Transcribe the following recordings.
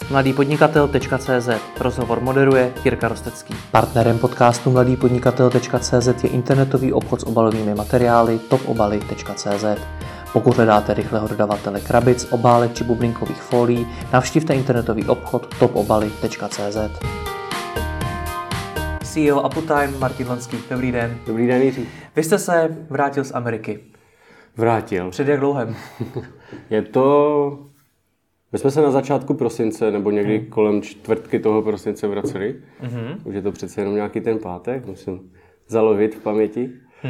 mladýpodnikatel.cz. Rozhovor moderuje Jirka Rostecký. Partnerem podcastu mladýpodnikatel.cz je internetový obchod s obalovými materiály topobaly.cz. Pokud hledáte rychlého dodavatele krabic, obálek či bublinkových fólií, navštivte internetový obchod topobaly.cz. CEO Apputime Martin Lanský. Dobrý den. Dobrý den, Jiří. Vy jste se vrátil z Ameriky. Vrátil. Před jak dlouhém? My jsme se na začátku prosince, nebo někdy kolem čtvrtky toho prosince vraceli. Už je to přece jenom nějaký ten pátek, musím zalovit v paměti.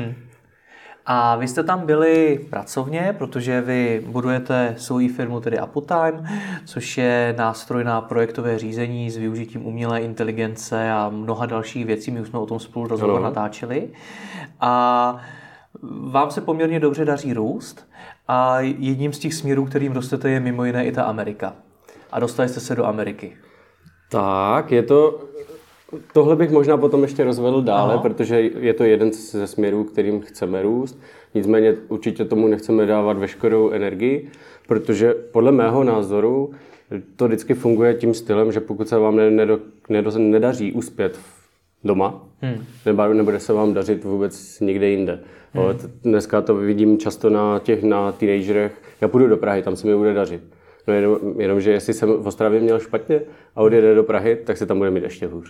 A vy jste tam byli pracovně, protože vy budujete svou firmu, tedy Apputime, což je nástroj na projektové řízení s využitím umělé inteligence a mnoha dalších věcí. My už jsme o tom spolu rozhovor natáčeli. A vám se poměrně dobře daří růst a jedním z těch směrů, kterým rostete, je mimo jiné i ta Amerika. A dostali jste se do Ameriky. Tak, tohle bych možná potom ještě rozvedl dále, protože je to jeden ze směrů, kterým chceme růst. Nicméně určitě tomu nechceme dávat veškerou energii, protože podle mého názoru to vždycky funguje tím stylem, že pokud se vám nedaří uspět doma, nebude se vám dařit vůbec nikde jinde. Dneska to vidím často na teenagerech. Já půjdu do Prahy, tam se mi bude dařit. No jenomže jestli jsem v Ostravě měl špatně a odjede do Prahy, tak se tam bude mít ještě hůř.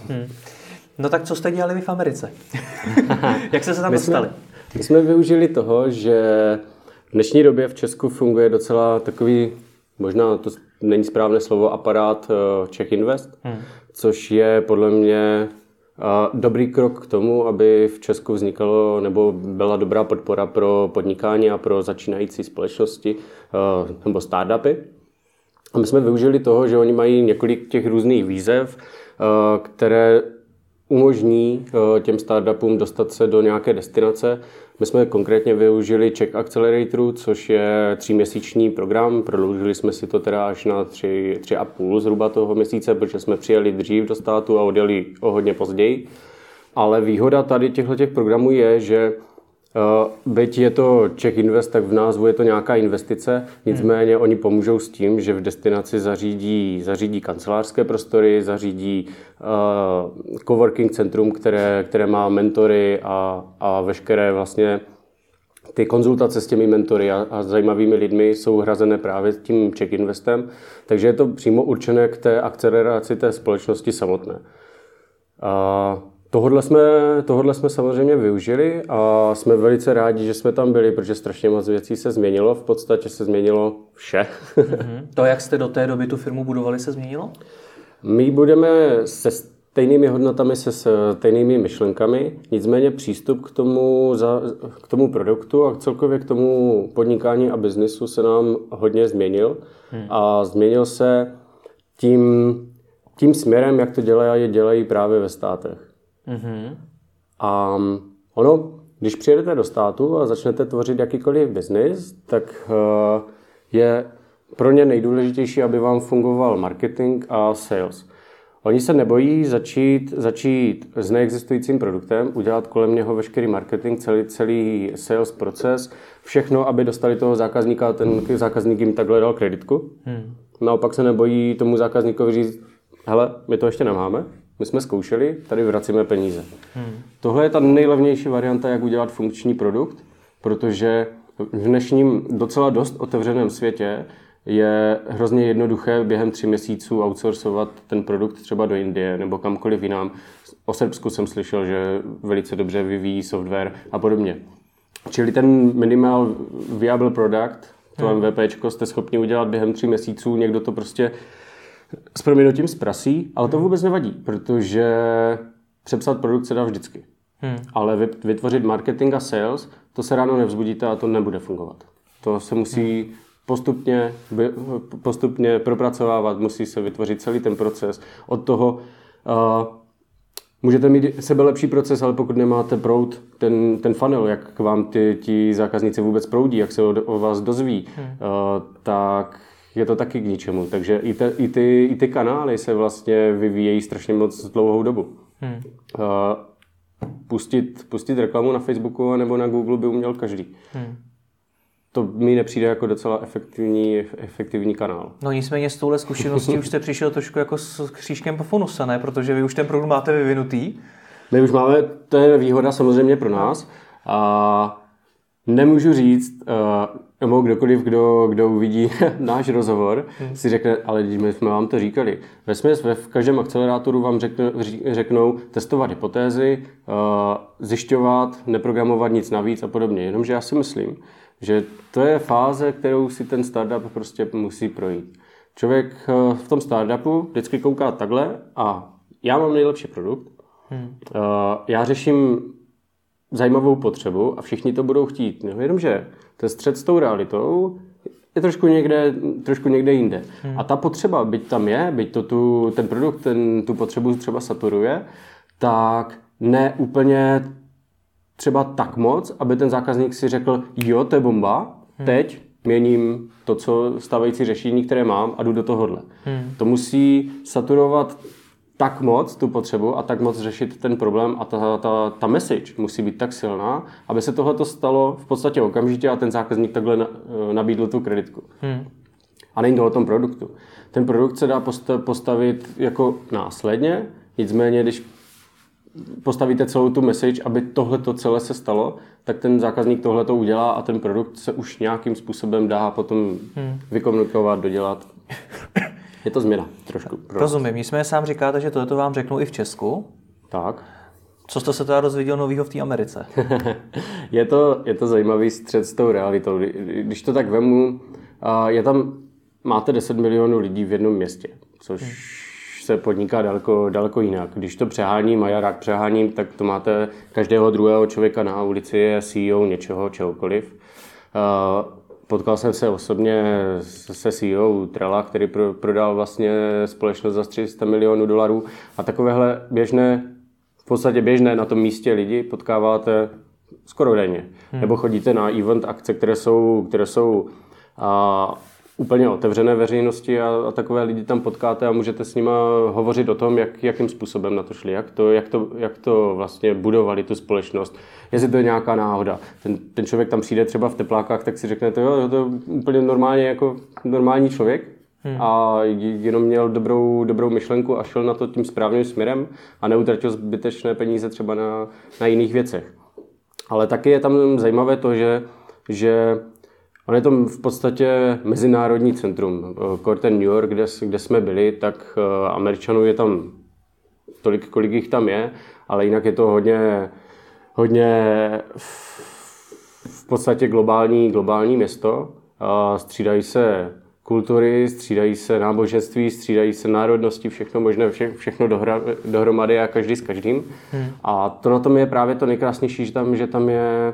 No tak co jste dělali vy v Americe? Jak jste se tam dostali? My jsme využili toho, že v dnešní době v Česku funguje docela takový, možná to není správné slovo, aparát Czech Invest, což je podle mě dobrý krok k tomu, aby v Česku vznikalo nebo byla dobrá podpora pro podnikání a pro začínající společnosti nebo startupy. A my jsme využili toho, že oni mají několik těch různých výzev, které umožní těm startupům dostat se do nějaké destinace. My jsme konkrétně využili Czech Acceleratoru, což je 3měsíční program. Prodloužili jsme si to teda až na 3,5 zhruba toho měsíce, protože jsme přijeli dřív do státu a odjeli o hodně později. Ale výhoda tady těchto programů je, že byť je to Czech Invest, tak v názvu je to nějaká investice, nicméně oni pomůžou s tím, že v destinaci zařídí kancelářské prostory, zařídí coworking centrum, které má mentory a veškeré vlastně ty konzultace s těmi mentory a zajímavými lidmi jsou hrazené právě tím Czech Investem, takže je to přímo určené k té akceleraci té společnosti samotné. Tohodle jsme samozřejmě využili a jsme velice rádi, že jsme tam byli, protože strašně moc věcí se změnilo. V podstatě se změnilo vše. To, jak jste do té doby tu firmu budovali, se změnilo? My budeme se stejnými hodnotami, se stejnými myšlenkami, nicméně přístup k tomu produktu a celkově k tomu podnikání a biznisu se nám hodně změnil. A změnil se tím směrem, jak to dělají právě ve státech. A když přijedete do státu a začnete tvořit jakýkoliv biznis, tak je pro ně nejdůležitější, aby vám fungoval marketing a sales. Oni se nebojí začít s neexistujícím produktem, udělat kolem něho veškerý marketing, celý sales proces, všechno, aby dostali toho zákazníka a ten zákazník jim takhle dal kreditku. Naopak se nebojí tomu zákazníkovi říct, hele, my to ještě nemáme, my jsme zkoušeli, tady vracíme peníze. Tohle je ta nejlevnější varianta, jak udělat funkční produkt, protože v dnešním docela dost otevřeném světě je hrozně jednoduché během 3 měsíců outsourcovat ten produkt třeba do Indie nebo kamkoliv jinam. O Srbsku jsem slyšel, že velice dobře vyvíjí software a podobně. Čili ten minimal viable product, to MVPčko, jste schopni udělat během 3 měsíců, někdo to prostě s prominutím zprasí, ale to vůbec nevadí, protože přepsat produkt se dá vždycky. Ale vytvořit marketing a sales, to se ráno nevzbudíte a to nebude fungovat. To se musí postupně propracovávat, musí se vytvořit celý ten proces. Od toho můžete mít sebelepší proces, ale pokud nemáte proud, ten funnel, jak k vám ti zákazníci vůbec proudí, jak se o vás dozví, tak je to taky k ničemu. Takže i ty kanály se vlastně vyvíjejí strašně moc dlouhou dobu. Pustit reklamu na Facebooku nebo na Google by uměl každý. to mi nepřijde jako docela efektivní kanál. No nicméně s touhle zkušeností už jste přišel trošku jako s křížkem po funuse, ne? Protože vy už ten produkt máte vyvinutý. My už máme, to je výhoda samozřejmě pro nás. A nemůžu říct, nebo kdokoliv, kdo uvidí náš rozhovor, si řekne, ale my jsme vám to říkali. V každém akcelerátoru vám řeknou testovat hypotézy, zjišťovat, neprogramovat nic navíc a podobně. Jenomže já si myslím, že to je fáze, kterou si ten startup prostě musí projít. Člověk v tom startupu vždycky kouká takhle a já mám nejlepší produkt, já řeším zajímavou potřebu a všichni to budou chtít. No, jenomže ten střed s tou realitou je trošku někde jinde. A ta potřeba, byť tam je, byť ten produkt tu potřebu třeba saturuje, tak ne úplně třeba tak moc, aby ten zákazník si řekl, jo, to je bomba, teď měním to, co stávající řešení, které mám a jdu do tohohle. To musí saturovat tak moc tu potřebu a tak moc řešit ten problém a ta message musí být tak silná, aby se tohleto stalo v podstatě okamžitě a ten zákazník takhle nabídl tu kreditku. A není to o tom produktu. Ten produkt se dá postavit jako následně, nicméně, když postavíte celou tu message, aby tohleto celé se stalo, tak ten zákazník tohleto udělá a ten produkt se už nějakým způsobem dá potom vykomunikovat, dodělat. Je to změna trošku. Rozumím. Nicméně sám říkáte, že tohleto vám řeknou i v Česku. Tak. Co jste se teda dozvěděl novýho v té Americe? je to zajímavý střed s tou realitou. Když to tak vemu, máte 10 milionů lidí v jednom městě, což se podniká daleko jinak. Když to přeháním a já rád přeháním, tak to máte každého druhého člověka na ulici je CEO něčeho, čehokoliv. Potkal jsem se osobně se CEO Trella, který prodal vlastně společnost za $300 milionů a takovéhle v podstatě běžné na tom místě lidi potkáváte skoro denně. Nebo chodíte na event akce, které jsou úplně otevřené veřejnosti a takové lidi tam potkáte a můžete s nima hovořit o tom, jakým způsobem na to šli, jak to vlastně budovali tu společnost, jestli to je nějaká náhoda. Ten člověk tam přijde třeba v teplákách, tak si řekne, to je úplně normálně jako normální člověk a jenom měl dobrou myšlenku a šel na to tím správným směrem a neutratil zbytečné peníze třeba na jiných věcech. Ale taky je tam zajímavé to, že on je to v podstatě mezinárodní centrum. Corten New York, kde jsme byli, tak Američanů je tam tolik, kolik jich tam je, ale jinak je to hodně v podstatě globální město. Střídají se kultury, střídají se náboženství, střídají se národnosti, všechno možné, všechno dohromady a každý s každým. A to na tom je právě to nejkrásnější, že tam je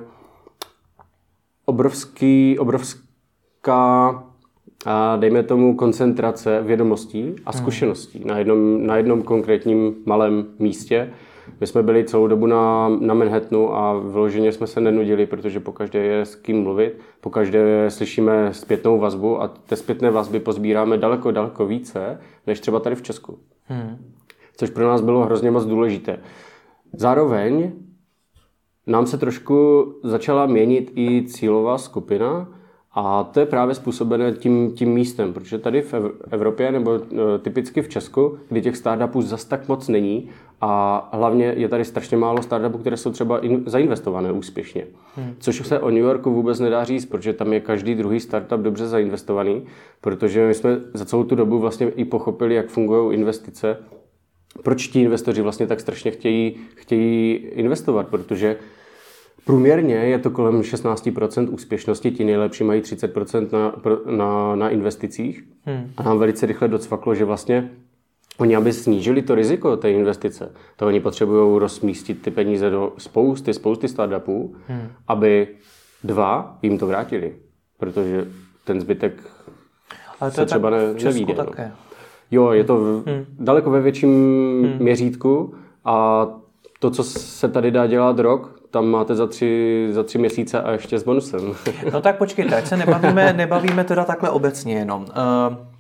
obrovská, dejme tomu, koncentrace vědomostí a zkušeností na jednom konkrétním malém místě. My jsme byli celou dobu na Manhattanu a vyloženě jsme se nenudili, protože pokaždé je s kým mluvit, pokaždé slyšíme zpětnou vazbu a té zpětné vazby pozbíráme daleko více, než třeba tady v Česku. Což pro nás bylo hrozně moc důležité. Zároveň nám se trošku začala měnit i cílová skupina a to je právě způsobené tím místem, protože tady v Evropě nebo typicky v Česku, kdy těch startupů zas tak moc není a hlavně je tady strašně málo startupů, které jsou třeba zainvestované úspěšně. Což se o New Yorku vůbec nedá říct, protože tam je každý druhý startup dobře zainvestovaný, protože my jsme za celou tu dobu vlastně i pochopili, jak fungují investice, proč ti investoři vlastně tak strašně chtějí investovat, protože průměrně je to kolem 16% úspěšnosti, ti nejlepší mají 30% na investicích. A nám velice rychle docvaklo, že vlastně oni, aby snížili to riziko té investice, to oni potřebují rozmístit ty peníze do spousty startupů, aby jim to vrátili, protože ten zbytek se třeba nevíde. Také. Jo, je to daleko ve větším měřítku a to, co se tady dá dělat rok, tam máte za tři měsíce a ještě s bonusem. No tak počkejte, ať se nebavíme teda takhle obecně jenom.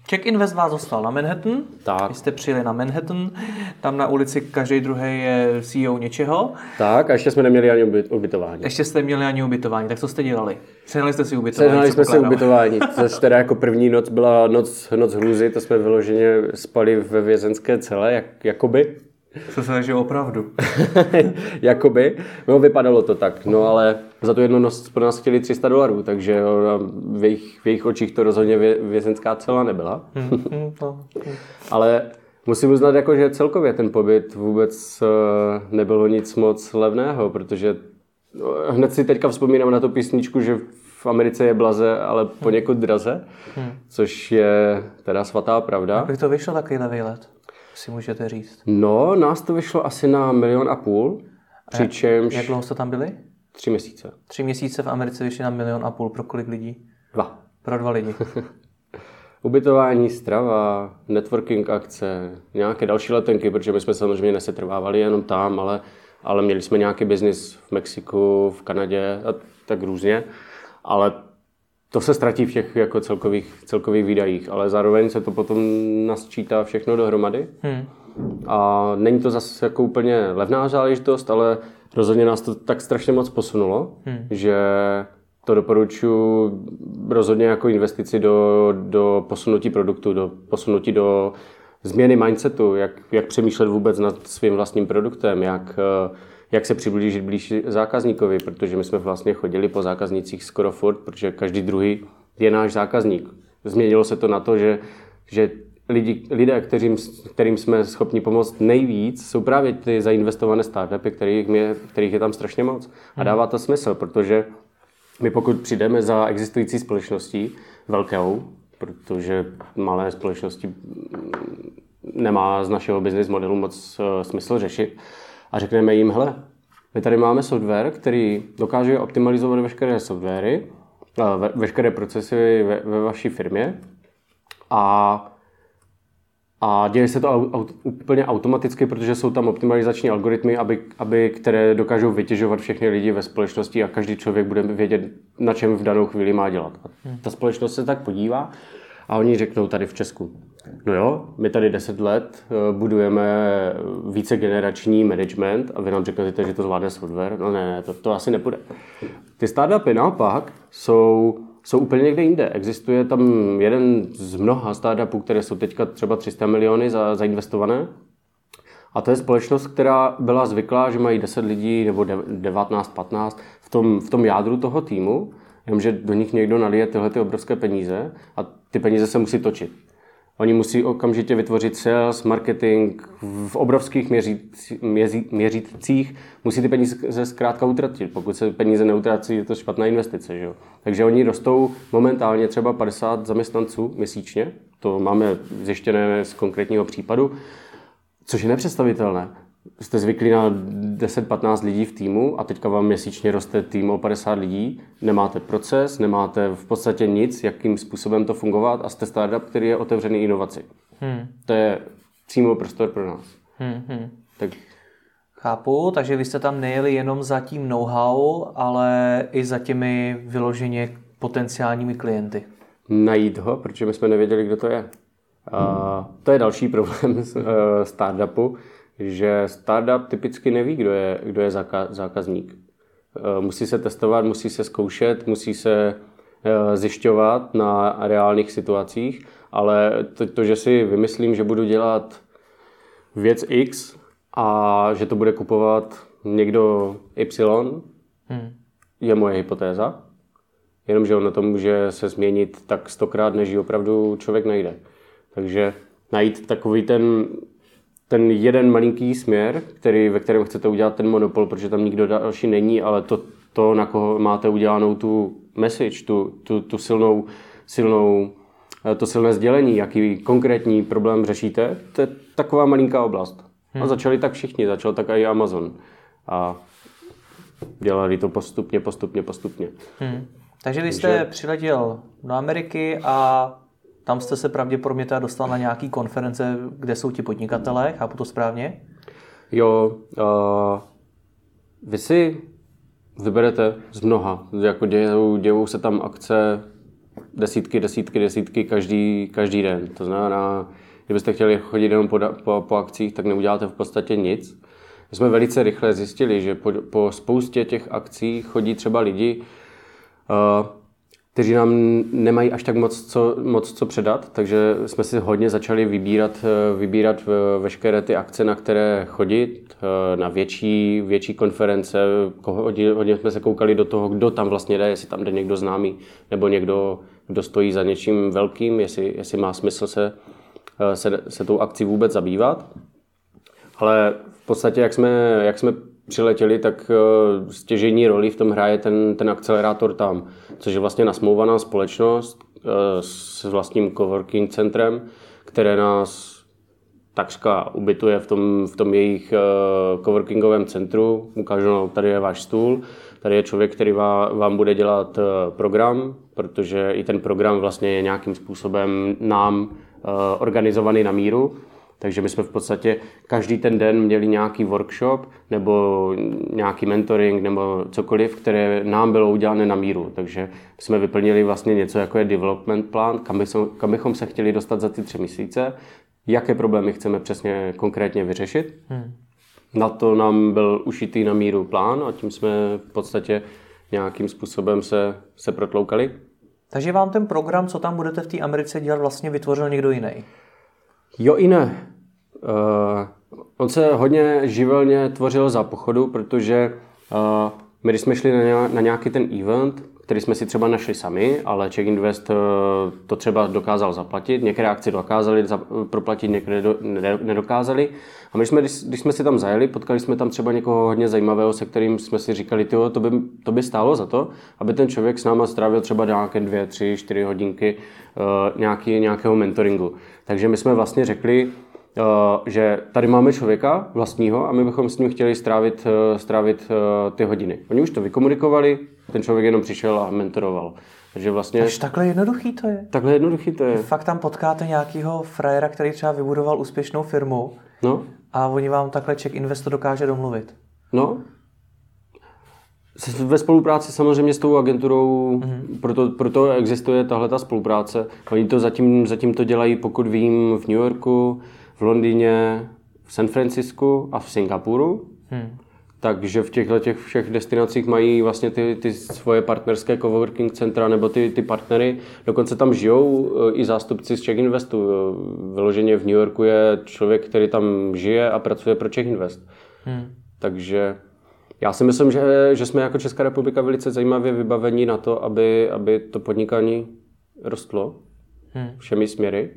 Check Invest vás dostal na Manhattan. Tak. Vy jste přijeli na Manhattan, tam na ulici každý druhý je CEO něčeho. Tak a ještě jsme neměli ani ubytování. Ještě jste měli ani ubytování, tak co jste dělali? Sehnali jste si ubytování? Sehnali jsme si ubytování, což teda jako první noc byla noc hrůzy, to jsme vyloženě spali ve vězenské cele, jakoby. Co se takže opravdu? Jakoby. No vypadalo to tak, no ale za tu jednu noc pro nás chtěli $300, takže v jejich očích to rozhodně vězenská cela nebyla. Ale musím uznat, jako, že celkově ten pobyt vůbec nebylo nic moc levného, protože hned si teďka vzpomínám na tu písničku, že v Americe je blaze, ale poněkud draze, což je teda svatá pravda. Jak by to vyšlo takovýhle výlet, si můžete říct? No, nás to vyšlo asi na 1,5 milionu, přičemž... Jak dlouho jste tam byli? 3 měsíce. 3 měsíce v Americe vyšly na 1,5 milionu. Pro kolik lidí? 2. Pro 2 lidi. Ubytování, strava, networking akce, nějaké další letenky, protože my jsme samozřejmě nesetrvávali jenom tam, ale měli jsme nějaký biznis v Mexiku, v Kanadě a tak různě. Ale to se ztratí v těch jako celkových výdajích, ale zároveň se to potom nasčítá všechno dohromady. A není to zase jako úplně levná záležitost, ale rozhodně nás to tak strašně moc posunulo, že to doporučuji rozhodně jako investici do posunutí produktu, do posunutí do změny mindsetu, jak přemýšlet vůbec nad svým vlastním produktem, jak se přiblížit blíž zákazníkovi, protože my jsme vlastně chodili po zákaznících skoro furt, protože každý druhý je náš zákazník. Změnilo se to na to, že lidé, kterým jsme schopni pomoct nejvíc, jsou právě ty zainvestované startupy, kterých je tam strašně moc. A dává to smysl, protože my pokud přijdeme za existující společností velkou, protože malé společnosti nemá z našeho business modelu moc smysl řešit, a řekneme jim, hele, my tady máme software, který dokáže optimalizovat veškeré softwary, veškeré procesy ve vaší firmě a děje se to úplně automaticky, protože jsou tam optimalizační algoritmy, které dokážou vytěžovat všechny lidi ve společnosti a každý člověk bude vědět, na čem v danou chvíli má dělat. A ta společnost se tak podívá a oni řeknou tady v Česku, no jo, my tady 10 let budujeme vícegenerační management a vy nám řeknete, že to zvládne software. No ne, to asi nepůjde. Ty startupy naopak jsou úplně někde jinde. Existuje tam jeden z mnoha startupů, které jsou teďka třeba 300 miliony zainvestované. A to je společnost, která byla zvyklá, že mají 10 lidí nebo 19, 15 v tom jádru toho týmu, jenomže do nich někdo nalije tyhle obrovské peníze a ty peníze se musí točit. Oni musí okamžitě vytvořit sales, marketing v obrovských měřících, musí ty peníze zkrátka utratit. Pokud se peníze neutrácí, je to špatná investice. Že? Takže oni rostou momentálně třeba 50 zaměstnanců měsíčně, to máme zjištěné z konkrétního případu, což je nepředstavitelné. Jste zvyklí na 10-15 lidí v týmu a teďka vám měsíčně roste tým o 50 lidí, nemáte proces, nemáte v podstatě nic, jakým způsobem to fungovat a jste startup, který je otevřený inovaci. To je přímo prostor pro nás. Tak. Chápu, takže vy jste tam nejeli jenom za tím know-how, ale i za těmi vyloženě potenciálními klienty. Najít ho, protože my jsme nevěděli, kdo to je. A to je další problém startupu, že startup typicky neví, kdo je zákazník. Musí se testovat, musí se zkoušet, musí se zjišťovat na reálných situacích, ale to, že si vymyslím, že budu dělat věc X a že to bude kupovat někdo Y, je moje hypotéza. Jenomže ono to může se změnit tak 100krát, než ji opravdu člověk najde. Takže najít takový ten jeden malinký směr, ve kterém chcete udělat ten monopol, protože tam nikdo další není, ale to na koho máte udělanou tu message, tu silné sdělení, jaký konkrétní problém řešíte, to je taková malinká oblast. A začali tak všichni, začal tak i Amazon. A dělali to postupně. Takže vy jste přiletěl do Ameriky a tam jste se pravděpodobně teda dostal na nějaký konference, kde jsou ti podnikatelé, chápu to správně? Jo, vy si vyberete z mnoha, jako dějou se tam akce desítky každý den. To znamená, kdybyste chtěli chodit jenom po akcích, tak neuděláte v podstatě nic. My jsme velice rychle zjistili, že po spoustě těch akcí chodí třeba lidi, kteří nám nemají až tak moc co předat, takže jsme si hodně začali vybírat veškeré ty akce, na které chodit, na větší konference. Hodně jsme se koukali do toho, kdo tam vlastně jde, jestli tam jde někdo známý, nebo někdo, kdo stojí za něčím velkým, jestli má smysl se tou akcí vůbec zabývat. Ale v podstatě, jak jsme přiletěli, tak stěžejní roli v tom hraje ten akcelerátor tam, což je vlastně nasmlouvaná společnost s vlastním coworking centrem, které nás takřka ubytuje v tom jejich coworkingovém centru. Ukážu, no, tady je váš stůl, tady je člověk, který vám bude dělat program, protože i ten program vlastně je nějakým způsobem nám organizovaný na míru. Takže my jsme v podstatě každý ten den měli nějaký workshop nebo nějaký mentoring nebo cokoliv, které nám bylo udělané na míru. Takže jsme vyplnili vlastně něco jako je development plán, kam bychom se chtěli dostat za ty 3 měsíce, jaké problémy chceme přesně konkrétně vyřešit. Na to nám byl ušitý na míru plán a tím jsme v podstatě nějakým způsobem se protloukali. Takže vám ten program, co tam budete v té Americe dělat, vlastně vytvořil někdo jiný? Jo i ne. On se hodně živelně tvořil za pochodu, protože my když jsme šli na nějaký ten event, který jsme si třeba našli sami, ale Czech Invest to třeba dokázal zaplatit, některé akci dokázali proplatit, některé nedokázali. A my když jsme si tam zajeli, potkali jsme tam třeba někoho hodně zajímavého, se kterým jsme si říkali, to by stálo za to, aby ten člověk s náma strávil třeba nějaké 2, 3, 4 hodinky nějakého mentoringu. Takže my jsme vlastně řekli, že tady máme člověka vlastního a my bychom s ním chtěli strávit ty hodiny. Oni už to vykomunikovali, ten člověk jenom přišel a mentoroval. Takže vlastně... Takže takhle jednoduchý to je. Takhle jednoduchý to je. Fakt tam potkáte nějakého frajera, který třeba vybudoval úspěšnou firmu, no, a oni vám takhle Czech Invest to dokáže domluvit. No. Ve spolupráci samozřejmě s tou agenturou, proto existuje tahleta spolupráce. Oni to zatím to dělají, pokud vím, v New Yorku, v Londýně, v San Francisku a v Singapuru. Takže v těchto všech destinacích mají vlastně ty svoje partnerské coworking centra nebo ty partnery. Dokonce tam žijou i zástupci z Czech Investu. Vyloženě v New Yorku je člověk, který tam žije a pracuje pro Czech Invest. Takže já si myslím, že jsme jako Česká republika velice zajímavě vybavení na to, aby to podnikání rostlo všemi směry.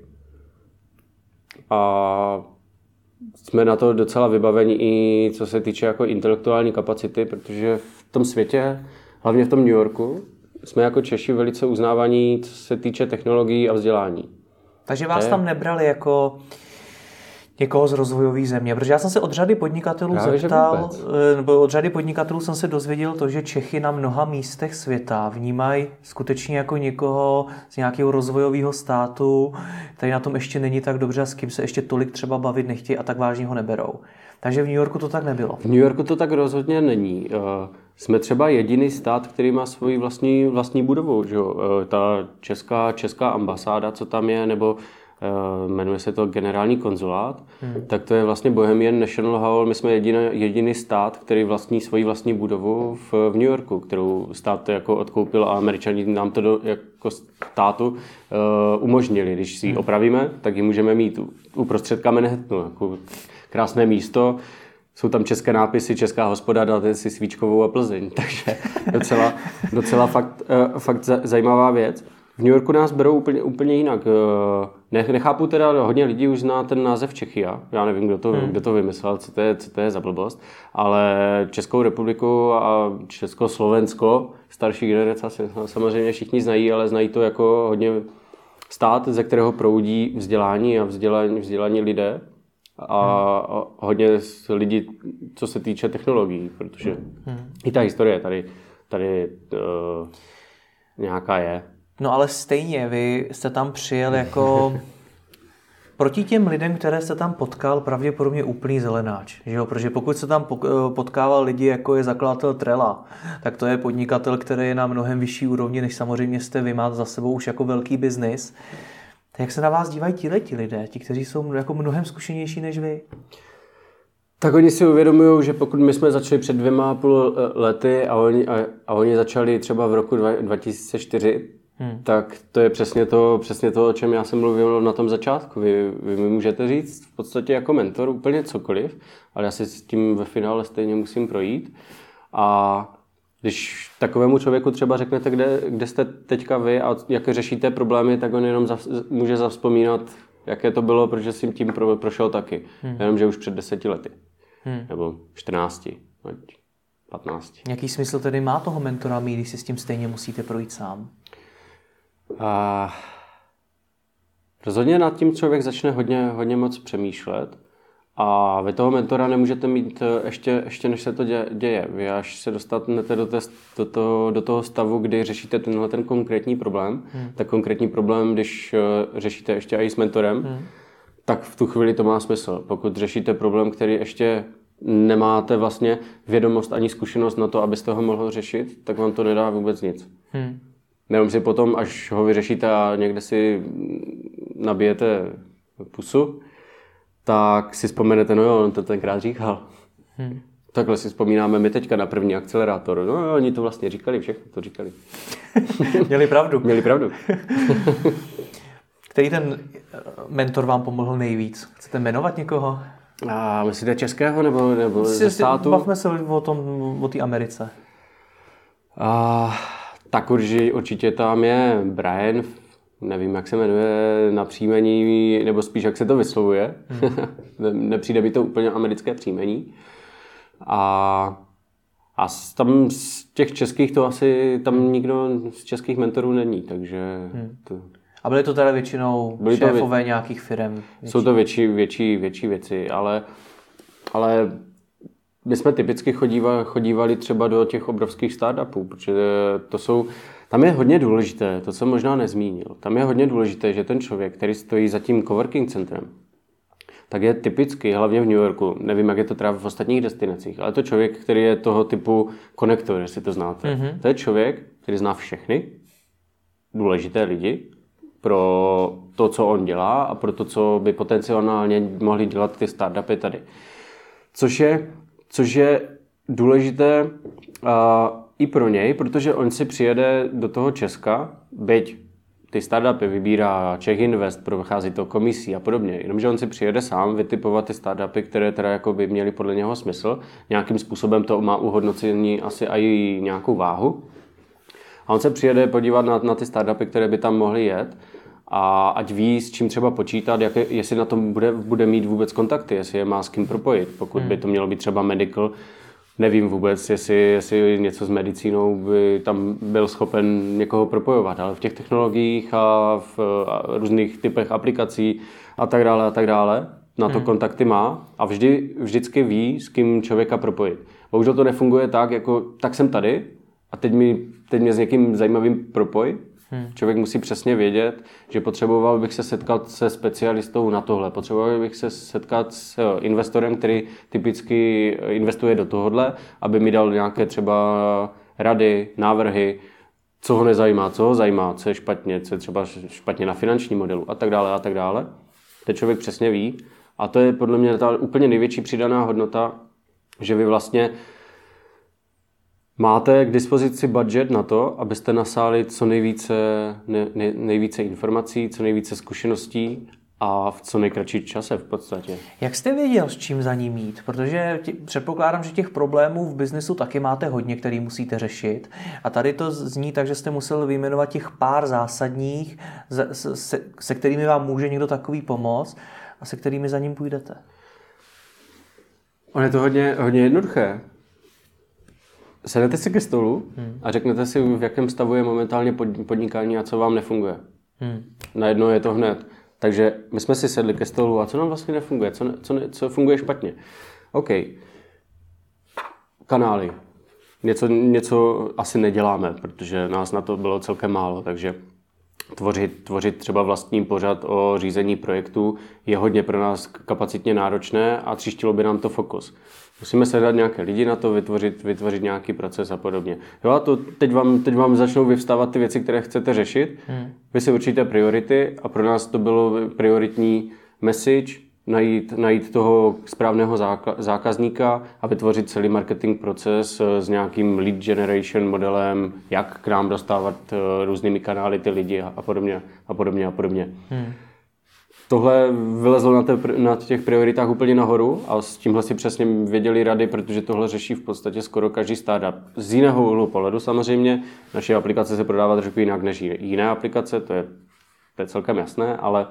A jsme na to docela vybavení i co se týče jako intelektuální kapacity, protože v tom světě, hlavně v tom New Yorku, jsme jako Češi velice uznávaní, co se týče technologií a vzdělání. Takže vás tam nebrali jako někoho z rozvojové země, protože já jsem se od řady podnikatelů zeptal, nebo od řady podnikatelů jsem se dozvěděl to, že Čechy na mnoha místech světa vnímají skutečně jako někoho z nějakého rozvojového státu, který na tom ještě není tak dobře a s kým se ještě tolik třeba bavit nechtějí a tak vážně ho neberou. Takže v New Yorku to tak nebylo. V New Yorku to tak rozhodně není. Jsme třeba jediný stát, který má svoji vlastní budovu. Že? Ta česká ambasáda, co tam je, nebo jmenuje se to generální konzulát, tak to je vlastně Bohemian National Hall. My jsme jediný stát, který vlastní svoji vlastní budovu v New Yorku, kterou stát jako odkoupil a Američani nám to jako státu umožnili. Když si ji opravíme, tak ji můžeme mít uprostřed Manhattanu, jako krásné místo. Jsou tam české nápisy, česká hospoda, dáte si svíčkovou a Plzeň, takže docela fakt zajímavá věc. V New Yorku nás berou úplně jinak. Nechápu teda, hodně lidí už zná ten název Czechia. Já nevím, kdo to vymyslel, co to je za blbost. Ale Českou republiku a Československo, starší generace samozřejmě všichni znají, ale znají to jako hodně stát, ze kterého proudí vzdělání a vzdělaní lidé. A hodně lidí, co se týče technologií, protože i ta historie tady nějaká je. No ale stejně, vy jste tam přijel jako Proti těm lidem, které jste tam potkal, pravděpodobně úplný zelenáč. Že jo? Protože pokud se tam potkával lidi, jako je zakladatel Trella, tak to je podnikatel, který je na mnohem vyšší úrovni, než samozřejmě jste vy, máte za sebou už jako velký biznis. Tak jak se na vás dívají ti lidé, ti, kteří jsou jako mnohem zkušenější než vy? Tak oni si uvědomují, že pokud my jsme začali před 2,5 lety a oni začali třeba v roku 2004, tak to je přesně to, o čem já jsem mluvil na tom začátku. Vy mi můžete říct v podstatě jako mentor úplně cokoliv, ale já si s tím ve finále stejně musím projít. A když takovému člověku třeba řeknete, kde jste teďka vy a jaké řešíte problémy, tak on jenom může zavzpomínat, jaké to bylo, protože jsem tím prošel taky. Jenomže už před 10 lety. Nebo 14, 15. Jaký smysl tedy má toho mentora mít, když si s tím stejně musíte projít sám? Rozhodně nad tím člověk začne hodně moc přemýšlet a vy toho mentora nemůžete mít ještě než se to děje. Vy až se dostanete do toho stavu, kdy řešíte ten konkrétní problém, tak konkrétní problém, když řešíte ještě i s mentorem, tak v tu chvíli to má smysl. Pokud řešíte problém, který ještě nemáte vlastně vědomost ani zkušenost na to, abyste ho mohl řešit, tak vám to nedá vůbec nic. Jenom si potom, až ho vyřešíte a někde si nabijete pusu, tak si vzpomenete, no jo, on to tenkrát říkal. Takhle si vzpomínáme my teďka na první akcelerátor. No jo, oni to vlastně říkali, všechno to říkali. Měli pravdu. Měli pravdu. Který ten mentor vám pomohl nejvíc? Chcete jmenovat někoho? A myslíte českého nebo ze státu? Bavme se o té Americe. Tak určitě tam je Brian, nevím, jak se jmenuje na příjmení, nebo spíš, jak se to vyslovuje. Nepřijde mi to úplně americké příjmení. A tam z těch českých to asi, tam nikdo z českých mentorů není, takže... A byly to teda většinou šéfové nějakých firem? Jsou to větší věci, ale my jsme typicky chodívali třeba do těch obrovských startupů, protože tam je hodně důležité, to jsem možná nezmínil, tam je hodně důležité, že ten člověk, který stojí za tím coworking centrem, tak je typicky, hlavně v New Yorku, nevím, jak je to třeba v ostatních destinacích, ale to člověk, který je toho typu konektor, jestli to znáte. To je člověk, který zná všechny důležité lidi pro to, co on dělá a pro to, co by potenciálně mohli dělat ty startupy tady. Což je důležité i pro něj, protože on si přijede do toho Česka, byť ty startupy vybírá Czech Invest, prochází to komisí a podobně, jenomže on si přijede sám vytipovat ty startupy, které teda jako by měly podle něho smysl. Nějakým způsobem to má uhodnocení asi i nějakou váhu. A on se přijede podívat na ty startupy, které by tam mohly jet, a ať ví, s čím třeba počítat, jestli na tom bude mít vůbec kontakty, jestli je má s kým propojit. Pokud by to mělo být třeba medical, nevím vůbec, jestli něco s medicínou by tam byl schopen někoho propojovat, ale v těch technologiích a v různých typech aplikací a tak dále, na to kontakty má a vždycky ví, s kým člověka propojit. Bohužel to nefunguje tak, jako tak jsem tady a teď mě s někým zajímavým propoj. Člověk musí přesně vědět, že potřeboval bych se setkat se specialistou na tohle. Potřeboval bych se setkat s investorem, který typicky investuje do tohohle, aby mi dal nějaké třeba rady, návrhy, co ho nezajímá, co ho zajímá, co je špatně, co je třeba špatně na finančním modelu a tak dále a tak dále. Ten člověk přesně ví a to je podle mě ta úplně největší přidaná hodnota, že vy vlastně máte k dispozici budget na to, abyste nasáli co nejvíce informací, co nejvíce zkušeností a v co nejkratší čase v podstatě. Jak jste věděl, s čím za ním jít? Protože předpokládám, že těch problémů v biznesu taky máte hodně, který musíte řešit. A tady to zní tak, že jste musel vyjmenovat těch pár zásadních, se kterými vám může někdo takový pomoct a se kterými za ním půjdete. On je to hodně jednoduché. Sednete si ke stolu a řeknete si, v jakém stavu je momentálně podnikání a co vám nefunguje. Najednou je to hned. Takže my jsme si sedli ke stolu a co nám vlastně nefunguje, co funguje špatně. OK. Kanály. Něco asi neděláme, protože nás na to bylo celkem málo, takže tvořit třeba vlastní pořad o řízení projektu je hodně pro nás kapacitně náročné a tříštilo by nám to fokus. Musíme sehnat nějaké lidi na to, vytvořit nějaký proces a podobně. Jo, a to teď vám začnou vyvstávat ty věci, které chcete řešit. Vy si určíte priority a pro nás to bylo prioritní message, najít toho správného zákazníka a vytvořit celý marketing proces s nějakým lead generation modelem, jak k nám dostávat různými kanály ty lidi a podobně. Tohle vylezlo na těch prioritách úplně nahoru a s tímhle si přesně věděli rady, protože tohle řeší v podstatě skoro každý startup. Z jiného úhlu pohledu samozřejmě, naše aplikace se prodává trošku jinak než jiné aplikace, to je celkem jasné, ale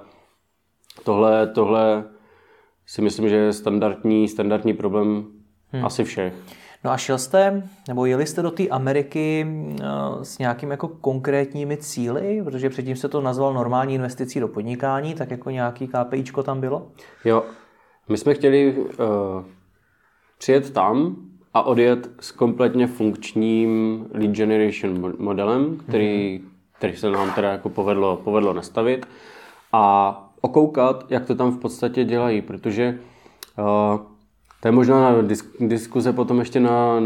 tohle si myslím, že je standardní problém asi všech. No a jeli jste do té Ameriky s nějakým jako konkrétními cíli, protože předtím se to nazval normální investicí do podnikání, tak jako nějaký KPIčko tam bylo? Jo, my jsme chtěli přijet tam a odjet s kompletně funkčním lead generation modelem, který se nám teda jako povedlo nastavit a okoukat, jak to tam v podstatě dělají, protože to je možná diskuze potom ještě na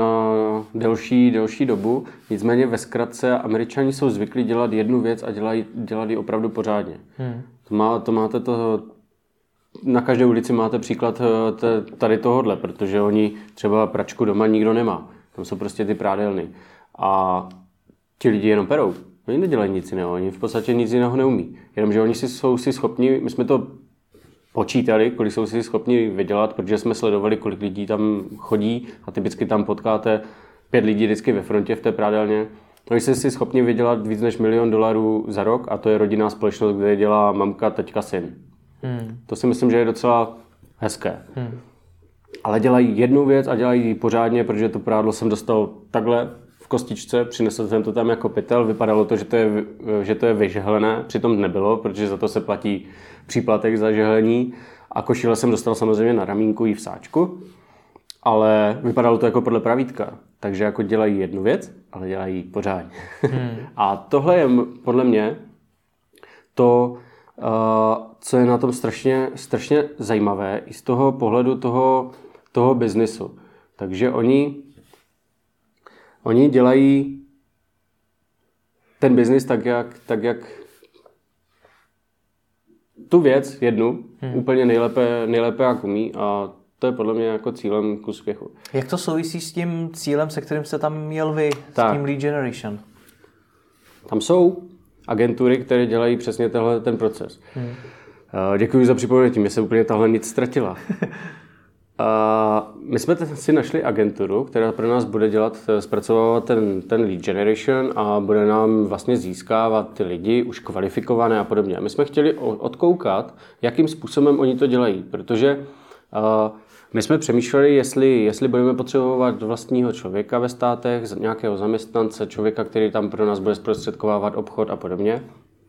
delší dobu, nicméně ve zkratce Američani jsou zvyklí dělat jednu věc a dělat ji opravdu pořádně. To máte na každé ulici máte příklad tady tohodle, protože oni třeba pračku doma nikdo nemá. Tam jsou prostě ty prádelny. A ti lidi jenom perou. Oni nedělají nic jiného, oni v podstatě nic jiného neumí. Jenomže oni jsou si schopni, my jsme to počítali, kolik jsou si schopni vydělat, protože jsme sledovali, kolik lidí tam chodí a typicky tam potkáte 5 lidí vždycky ve frontě v té prádelně. Oni jsou si schopni vydělat víc než $1 milion za rok a to je rodinná společnost, kde dělá mamka, teďka, syn. To si myslím, že je docela hezké. Ale dělají jednu věc a dělají ji pořádně, protože to prádlo jsem dostal takhle v kostičce, přinesl jsem to tam jako pytel, vypadalo to, že to je vyžehlené, přitom nebylo, protože za to se platí příplatek za žehlení a košile jsem dostal samozřejmě na ramínku i v sáčku, ale vypadalo to jako podle pravítka, takže jako dělají jednu věc, ale dělají ji pořádně. A tohle je podle mě to, co je na tom strašně zajímavé i z toho pohledu toho biznisu. Takže oni dělají ten biznis tak, jak tu věc jednu úplně nejlépe jak umí a to je podle mě jako cílem k úspěchu. Jak to souvisí s tím cílem, se kterým jste tam měl vy, s tím lead generation? Tam jsou agentury, které dělají přesně ten proces. Děkuji za připomenutí, mě se úplně tahle nic ztratila. My jsme si našli agenturu, která pro nás bude zpracovávat ten lead generation a bude nám vlastně získávat ty lidi už kvalifikované a podobně. My jsme chtěli odkoukat, jakým způsobem oni to dělají, protože my jsme přemýšleli, jestli budeme potřebovat vlastního člověka ve státech, nějakého zaměstnance, člověka, který tam pro nás bude zprostředkovávat obchod a podobně.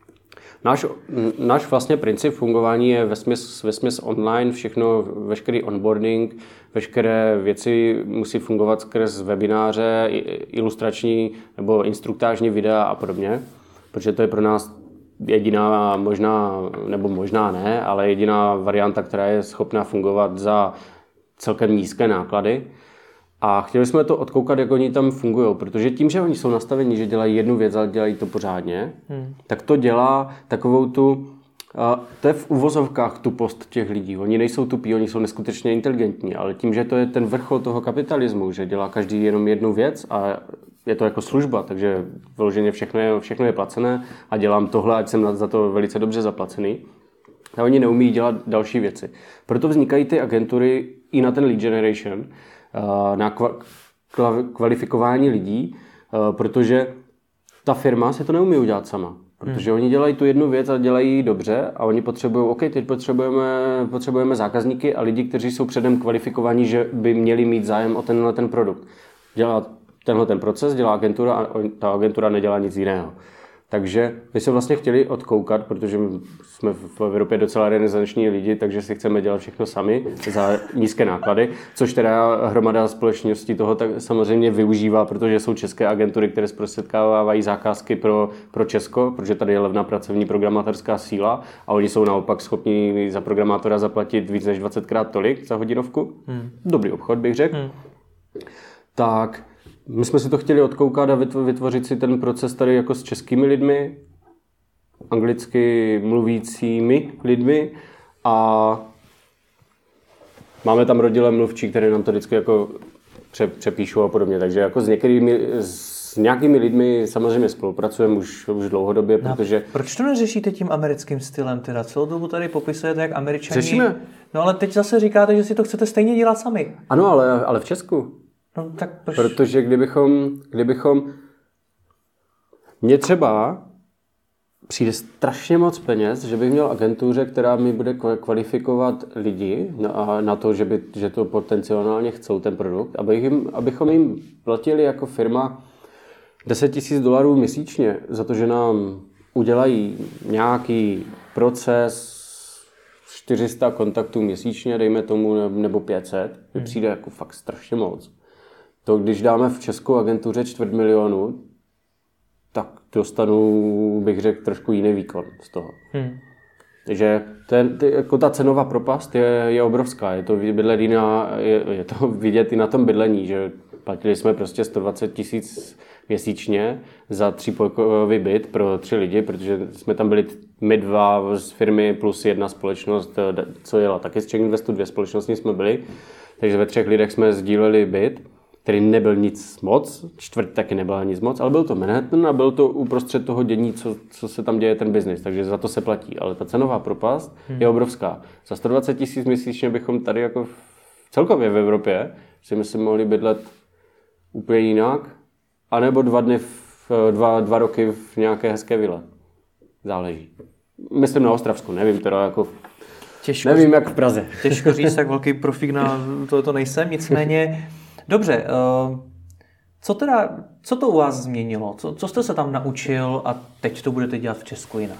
Náš vlastně princip fungování je vesměs online, veškerý onboarding, veškeré věci musí fungovat skrz webináře, ilustrační nebo instruktážní videa a podobně, protože to je pro nás jediná možná ne, ale jediná varianta, která je schopná fungovat za celkem nízké náklady. A chtěli jsme to odkoukat, jak oni tam fungují, protože tím, že oni jsou nastaveni, že dělají jednu věc, ale dělají to pořádně, tak to dělá takovou to je v uvozovkách tupost těch lidí. Oni nejsou tupí, oni jsou neskutečně inteligentní, ale tím, že to je ten vrchol toho kapitalismu, že dělá každý jenom jednu věc a je to jako služba, takže vyloženě všechno je placené a dělám tohle, ať jsem za to velice dobře zaplacený. A oni neumí dělat další věci. Proto vznikají ty agentury i na ten lead generation, na kvalifikování lidí, protože ta firma se to neumí udělat sama. Protože oni dělají tu jednu věc a dělají ji dobře a oni potřebují, teď potřebujeme zákazníky a lidi, kteří jsou předem kvalifikovaní, že by měli mít zájem o ten produkt. Dělá tenhle ten proces, dělá agentura a ta agentura nedělá nic jiného. Takže my jsme vlastně chtěli odkoukat, protože jsme v Evropě docela renesanční lidi, takže si chceme dělat všechno sami za nízké náklady, což teda hromada společností toho tak samozřejmě využívá, protože jsou české agentury, které zprostředkávají zakázky pro Česko, protože tady je levná pracovní programátorská síla a oni jsou naopak schopni za programátora zaplatit víc než 20krát tolik za hodinovku. Dobrý obchod, bych řekl. Tak my jsme si to chtěli odkoukat a vytvořit si ten proces tady jako s českými lidmi, anglicky mluvícími lidmi a máme tam rodilé mluvčí, které nám to vždycky jako přepíšou a podobně. Takže jako s nějakými lidmi samozřejmě spolupracujeme už dlouhodobě, protože... Proč to neřešíte tím americkým stylem teda? Celou dobu tady popisujete, jak Američani... Řešíme. No ale teď zase říkáte, že si to chcete stejně dělat sami. Ano, ale v Česku. No, tak protože kdybychom mně třeba přijde strašně moc peněz, že bych měl agentuře, která mi bude kvalifikovat lidi na to, že to potenciálně chcou ten produkt, abychom jim platili jako firma $10,000 měsíčně za to, že nám udělají nějaký proces 400 kontaktů měsíčně, dejme tomu, nebo 500, mi přijde jako fakt strašně moc. To, když dáme v Českou agentuře 250,000, tak dostanu, bych řekl, trošku jiný výkon z toho. Takže jako ta cenová propast je obrovská. Je to vidět i na tom bydlení, že platili jsme prostě 120,000 měsíčně za 3pokojový byt pro 3 lidi, protože jsme tam byli my 2 z firmy plus 1 společnost, co jela taky z Czech Investu, 2 společnosti jsme byli. Takže ve 3 lidech jsme sdíleli byt, který nebyl nic moc, 4 taky nebyla nic moc, ale byl to Manhattan a byl to uprostřed toho dění, co se tam děje ten biznis, takže za to se platí. Ale ta cenová propast je obrovská. Za 120,000 měsíčně bychom tady jako celkově v Evropě si myslím mohli bydlet úplně jinak, anebo 2 roky v nějaké hezké vile. Záleží. Myslím na Ostravsku, nevím teda jako... nevím jak v Praze. Těžko říct, tak velký profík na to nejsem, nicméně... Dobře, co to u vás změnilo? Co jste se tam naučil a teď to budete dělat v Česku jinak?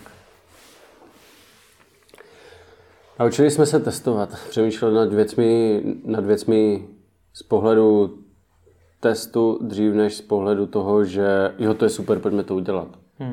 Naučili jsme se testovat, přemýšlet nad věcmi z pohledu testu dřív než z pohledu toho, že jo, to je super, pojďme to udělat.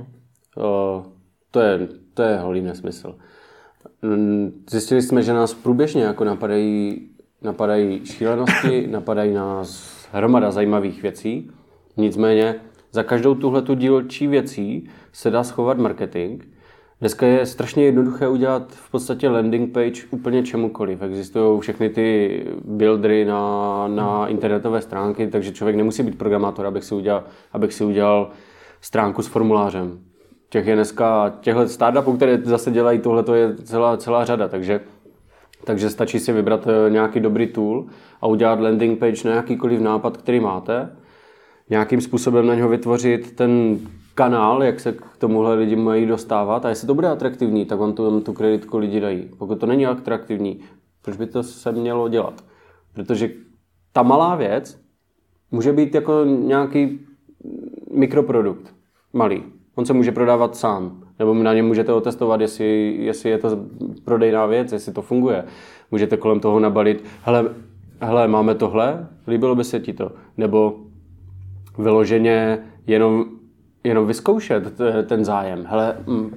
To je holý nesmysl. Zjistili jsme, že nás průběžně jako napadají šílenosti, napadají nás hromada zajímavých věcí. Nicméně za každou tuhletu dílčí věcí se dá schovat marketing. Dneska je strašně jednoduché udělat v podstatě landing page úplně čemukoliv. Existují všechny ty buildery na internetové stránky, takže člověk nemusí být programátor, abych si udělal stránku s formulářem. Těch je dneska, těchto startupů, které zase dělají tohle, to je celá řada, takže stačí si vybrat nějaký dobrý tool a udělat landing page na jakýkoliv nápad, který máte. Nějakým způsobem na něho vytvořit ten kanál, jak se k tomuhle lidi mají dostávat. A jestli to bude atraktivní, tak vám tu kreditku lidi dají. Pokud to není atraktivní, proč by to se mělo dělat? Protože ta malá věc může být jako nějaký mikroprodukt. Malý. On se může prodávat sám. Nebo na něm můžete otestovat, jestli je to prodejná věc, jestli to funguje. Můžete kolem toho nabalit, hele, máme tohle, líbilo by se ti to. Nebo vyloženě jenom vyzkoušet ten zájem. Hele,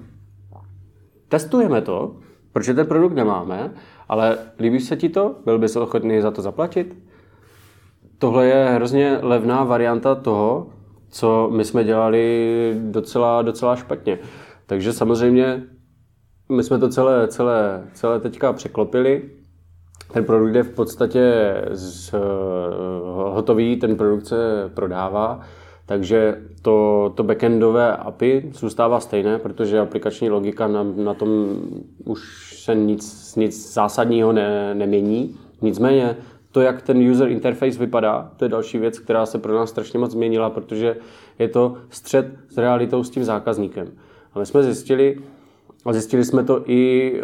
testujeme to, protože ten produkt nemáme, ale líbí se ti to? Byl bys ochotný za to zaplatit? Tohle je hrozně levná varianta toho, co my jsme dělali docela špatně. Takže samozřejmě my jsme to celé teďka překlopili. Ten produkt je v podstatě hotový, ten produkt se prodává, takže to backendové API zůstává stejné, protože aplikační logika na tom už se nic zásadního nemění. Nicméně to, jak ten user interface vypadá, to je další věc, která se pro nás strašně moc změnila, protože je to střet s realitou s tím zákazníkem. A my jsme zjistili jsme to i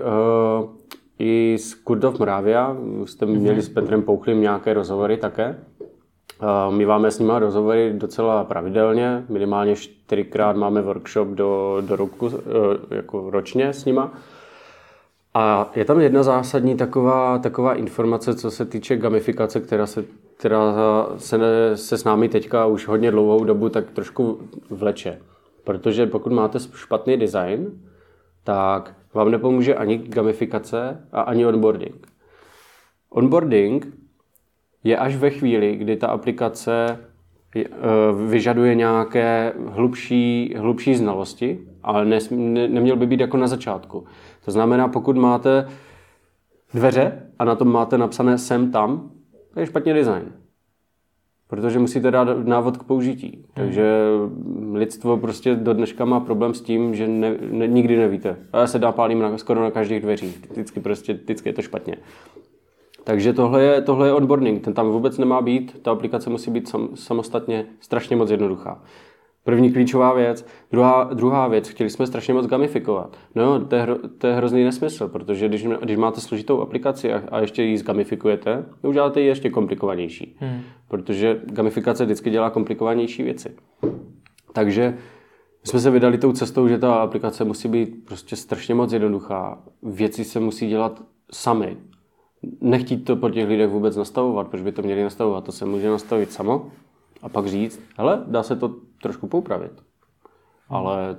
z Kurt of Moravia, jste měli s Petrem Pouchlým nějaké rozhovory také, My máme s nimi rozhovory docela pravidelně, minimálně 4krát máme workshop do roku, jako ročně s nima. A je tam jedna zásadní taková informace, co se týče gamifikace, která se s námi teďka už hodně dlouhou dobu tak trošku vleče. Protože pokud máte špatný design, tak vám nepomůže ani gamifikace a ani onboarding. Onboarding je až ve chvíli, kdy ta aplikace vyžaduje nějaké hlubší znalosti, ale neměl by být jako na začátku. To znamená, pokud máte dveře a na tom máte napsané sem, tam, to je špatně design. Protože musíte dát návod k použití. Takže lidstvo prostě do dneška má problém s tím, že nikdy nevíte. A se dá pálím skoro na každých dveřích. Vždycky je to špatně. Takže tohle je onboarding. Ten tam vůbec nemá být. Ta aplikace musí být samostatně strašně moc jednoduchá. První klíčová věc. Druhá věc, chtěli jsme strašně moc gamifikovat. No, to je hrozný nesmysl, protože když máte složitou aplikaci a ještě ji zgamifikujete, uděláte ji ještě komplikovanější. Protože gamifikace vždycky dělá komplikovanější věci. Takže jsme se vydali tou cestou, že ta aplikace musí být prostě strašně moc jednoduchá. Věci se musí dělat sami. Nechtít to po těch lidech vůbec nastavovat, proč by to měli nastavovat. To se může nastavit samo a pak říct, hele, dá se to trošku poupravit. Ale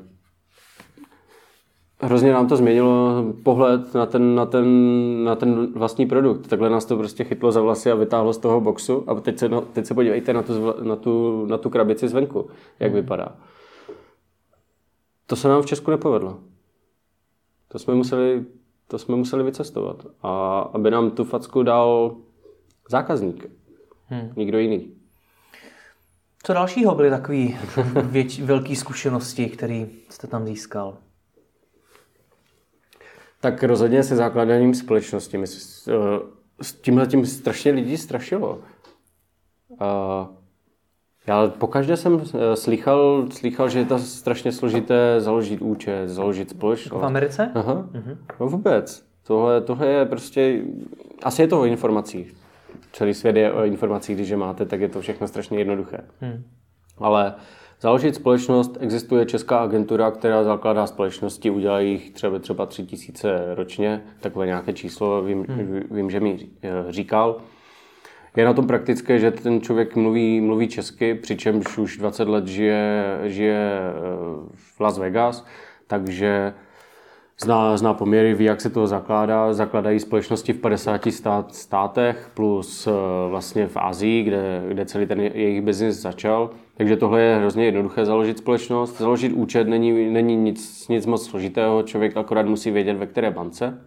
hrozně nám to změnilo pohled na ten vlastní produkt. Takhle nás to prostě chytlo za vlasy a vytáhlo z toho boxu. A teď se podívejte na tu krabici zvenku, jak vypadá. To se nám v Česku nepovedlo. To jsme museli vycestovat. A aby nám tu facku dal zákazník. Nikdo jiný. Co dalšího byly takové velké zkušenosti, které jste tam získal? Tak rozhodně se zákládáním společnosti. S tímhletím strašně lidí strašilo. Já pokaždé jsem slychal, že je to strašně složité založit účet, založit společnost. V Americe? Aha. No vůbec. Tohle je prostě... Asi je to o informacích. Celý svět je o informacích, když je máte, tak je to všechno strašně jednoduché. Ale založit společnost, existuje česká agentura, která zakládá společnosti, udělají jich třeba 3000 ročně, takové nějaké číslo, vím, že mi říkal. Je na tom praktické, že ten člověk mluví česky, přičemž už 20 let žije v Las Vegas, takže zná poměry, ví, jak se to zakládá. Zakladají společnosti v 50 státech plus vlastně v Asii, kde celý ten jejich biznis začal. Takže tohle je hrozně jednoduché založit společnost. Založit účet není nic moc složitého, člověk akorát musí vědět, ve které bance.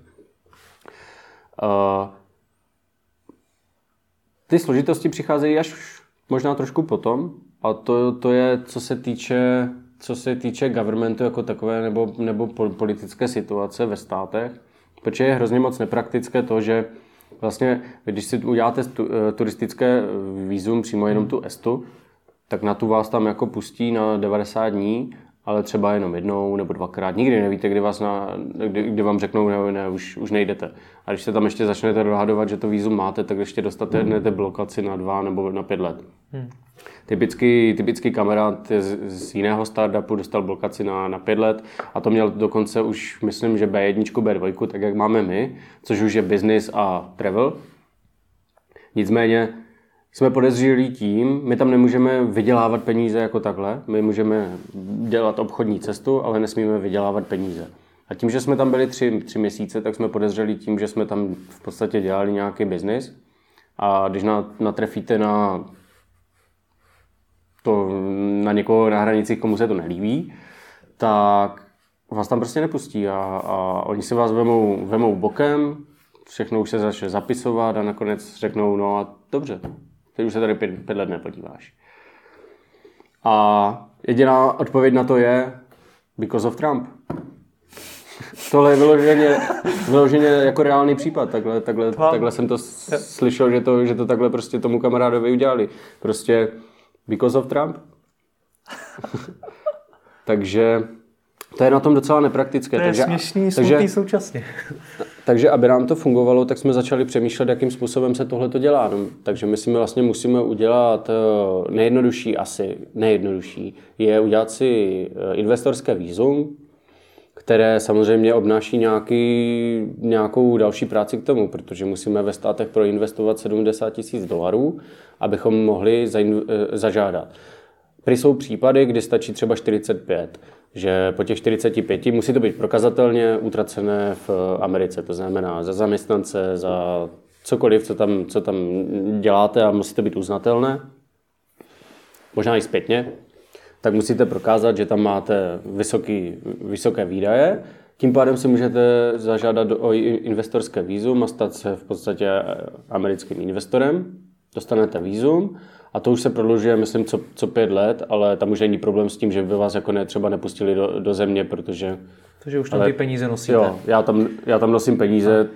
Ty složitosti přicházejí až možná trošku potom, a to je, co se týče governmentu jako takové nebo politické situace ve státech, protože je hrozně moc nepraktické to, že vlastně, když si uděláte turistické vízum, přímo jenom tu ESTu, tak na tu vás tam jako pustí na 90 dní, ale třeba jenom jednou nebo dvakrát. Nikdy nevíte, kdy vám řeknou, ne, už nejdete. A když se tam ještě začnete dohadovat, že to vízum máte, tak ještě dostanete blokaci na 2 nebo na 5 let. Typický kamarád z jiného startupu dostal blokaci na 5 let a to měl dokonce už, myslím, že B1, B2, tak jak máme my, což už je business a travel. Nicméně jsme podezřelí tím, my tam nemůžeme vydělávat peníze jako takhle, my můžeme dělat obchodní cestu, ale nesmíme vydělávat peníze. A tím, že jsme tam byli 3 měsíce, tak jsme podezřelí tím, že jsme tam v podstatě dělali nějaký biznis. A když natrefíte na někoho na hranicích, komu se to nelíbí, tak vás tam prostě nepustí a oni si vás vemou bokem, všechno už se začne zapisovat a nakonec řeknou, no a dobře, teď už se tady 5 let nepodíváš. A jediná odpověď na to je because of Trump. Tohle je vyloženě jako reálný případ. Takhle jsem to slyšel, že to takhle prostě tomu kamarádovi udělali. Prostě because of Trump. Takže To je na tom docela nepraktické. To je směšný, smutný současně. Takže aby nám to fungovalo, tak jsme začali přemýšlet, jakým způsobem se tohle to dělá. No, takže my si vlastně musíme udělat nejjednodušší je udělat si investorské vízum, které samozřejmě obnáší nějakou další práci k tomu, protože musíme ve státech proinvestovat $70,000, abychom mohli zažádat. Prý jsou případy, kdy stačí třeba 45, že po těch 45 musí to být prokazatelně utracené v Americe, to znamená za zaměstnance, za cokoliv, co tam děláte a musí to být uznatelné, možná i zpětně, tak musíte prokázat, že tam máte vysoké výdaje, tím pádem si můžete zažádat o investorské vízum a stát se v podstatě americkým investorem, dostanete vízum. A to už se prodlužuje, myslím, co 5 let, ale tam už není problém s tím, že by vás jako třeba nepustili do země, protože... Takže už tam ty peníze nosíte. Jo, já tam nosím peníze.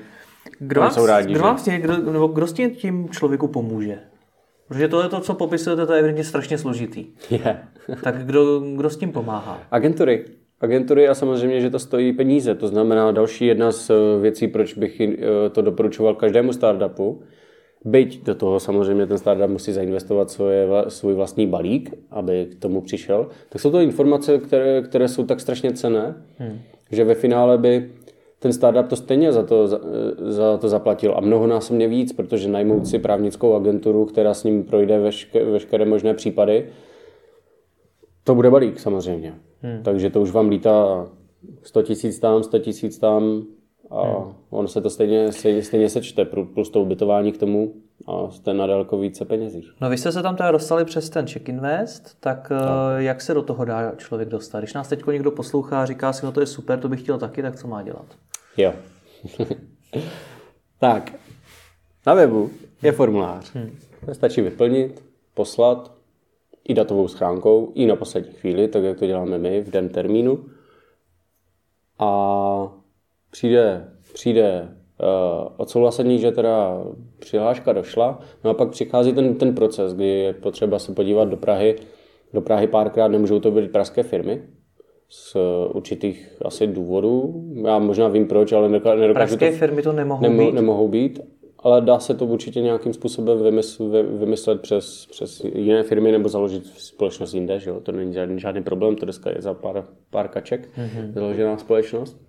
Kdo s tím člověku pomůže? Protože tohle, to, co popisujete, to je evidentně strašně složitý. Tak kdo s tím pomáhá? Agentury a samozřejmě, že to stojí peníze. To znamená další jedna z věcí, proč bych to doporučoval každému startupu. Byť do toho samozřejmě ten startup musí zainvestovat svůj vlastní balík, aby k tomu přišel, tak jsou to informace, které jsou tak strašně cenné, že ve finále by ten startup to stejně za to zaplatil a mnohonásobně víc, protože najmout si právnickou agenturu, která s ním projde veškeré možné případy, to bude balík samozřejmě. Takže to už vám lítá 100 000 tam, 100 000 tam, a ono se to stejně sečte, plus to ubytování k tomu a jste na daleko více penězích. No vy jste se tam teda dostali přes ten Czech Invest, tak jak se do toho dá člověk dostat? Když nás teď někdo poslouchá a říká si, no to je super, to bych chtěl taky, tak co má dělat? Jo. Tak, na webu je formulář. Stačí vyplnit, poslat i datovou schránkou, i na poslední chvíli, tak jak to děláme my v den termínu. A přijde odsouhlasení, že teda přihláška došla, no a pak přichází ten proces, kdy je potřeba se podívat do Prahy. Do Prahy párkrát nemůžou to být pražské firmy z určitých asi důvodů. Já možná vím proč, ale nedokážu pražské firmy to nemohou být, ale dá se to určitě nějakým způsobem vymyslet přes jiné firmy nebo založit společnost jinde, že jo? To není žádný problém, to dneska je za pár kaček založená společnost.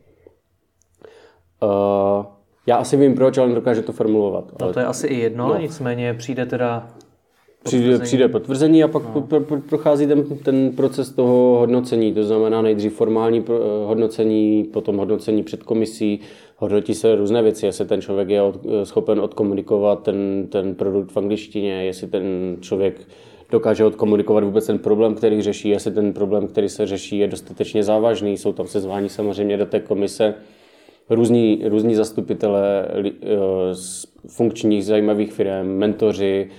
Já asi vím proč, ale nedokážu to formulovat. No to je asi i jedno, nicméně přijde teda Přijde potvrzení a pak prochází ten proces toho hodnocení. To znamená nejdřív formální hodnocení, potom hodnocení před komisí. Hodnotí se různé věci, jestli ten člověk je schopen odkomunikovat ten produkt v angličtině, jestli ten člověk dokáže odkomunikovat vůbec ten problém, který řeší, jestli ten problém, který se řeší, je dostatečně závažný. Jsou tam sezvání samozřejmě do té komise různí zastupitelé z funkčních zajímavých firm, mentoři,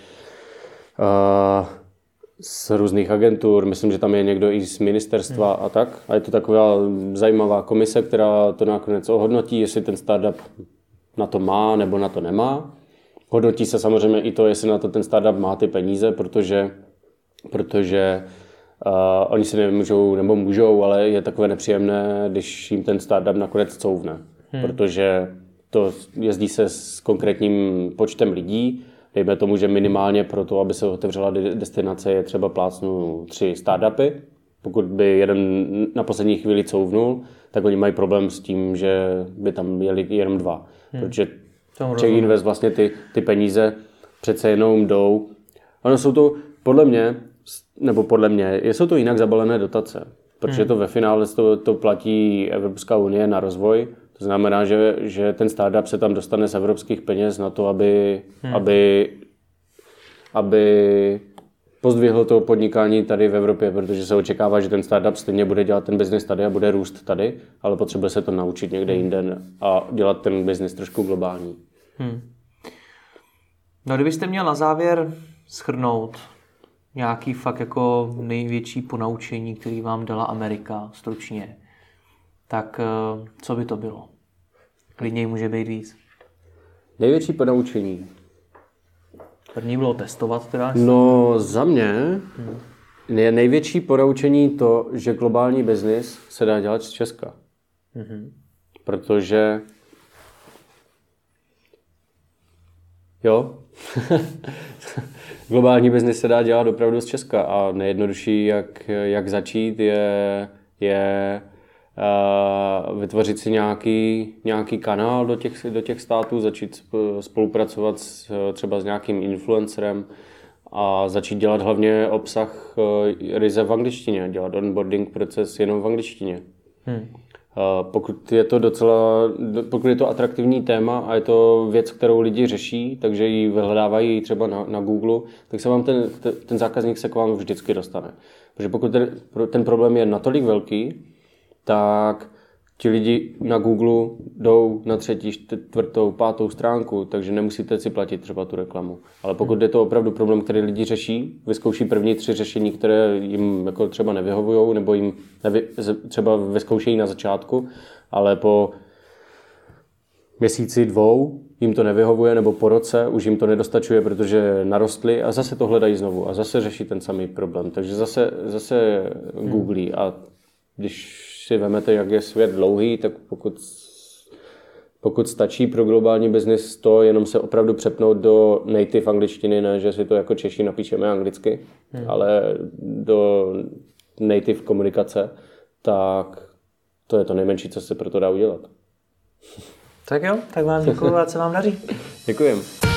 z různých agentur, myslím, že tam je někdo i z ministerstva a tak. A je to taková zajímavá komise, která to nakonec ohodnotí, jestli ten startup na to má nebo na to nemá. Hodnotí se samozřejmě i to, jestli na to ten startup má ty peníze, protože oni si nemůžou, nebo můžou, ale je takové nepříjemné, když jim ten startup nakonec couvne. Protože to jezdí se s konkrétním počtem lidí. Dejme tomu, že minimálně pro to, aby se otevřela destinace, je třeba plácnu 3 startupy. Pokud by jeden na poslední chvíli couvnul, tak oni mají problém s tím, že by tam měli jenom 2. Protože Czech Invest vlastně ty peníze přece jenom jdou. Ono jsou to podle mě, jsou to jinak zabalené dotace. Protože to ve finále to platí Evropská unie na rozvoj. To znamená, že ten startup se tam dostane z evropských peněz na to, aby pozdvihl to podnikání tady v Evropě, protože se očekává, že ten startup stejně bude dělat ten biznis tady a bude růst tady, ale potřebuje se to naučit někde jinde a dělat ten biznis trošku globální. No, kdybyste měl na závěr shrnout nějaký fakt jako největší ponaučení, který vám dala Amerika stručně, tak co by to bylo? Klidně může být víc. Největší ponaučení. První bylo testovat teda? No za mě Největší ponaučení to, že globální biznis se dá dělat z Česka. Protože jo, globální biznis se dá dělat opravdu z Česka a nejjednodušší, jak začít, je vytvořit si nějaký kanál do těch států, začít spolupracovat třeba s nějakým influencerem a začít dělat hlavně obsah ryze v angličtině, dělat onboarding proces jenom v angličtině. Pokud je to atraktivní téma a je to věc, kterou lidi řeší, takže ji vyhledávají třeba na Google, tak se vám ten zákazník se k vám vždycky dostane. Protože pokud ten problém je natolik velký, tak ti lidi na Google jdou na 3., 4., 5. stránku, takže nemusíte si platit třeba tu reklamu. Ale pokud je to opravdu problém, který lidi řeší, vyzkouší první 3 řešení, které jim jako třeba nevyhovují, nebo jim třeba vyzkoušejí na začátku, ale po měsíci 2 jim to nevyhovuje, nebo po roce už jim to nedostačuje, protože narostly a zase to hledají znovu a zase řeší ten samý problém. Takže zase googlí a když si vemete, jak je svět dlouhý, tak pokud stačí pro globální biznis to jenom se opravdu přepnout do native angličtiny, ne, že si to jako Češi napíšeme anglicky, ale do native komunikace, tak to je to nejmenší, co se pro to dá udělat. Tak jo, tak vám děkuju a co vám daří. Děkujem.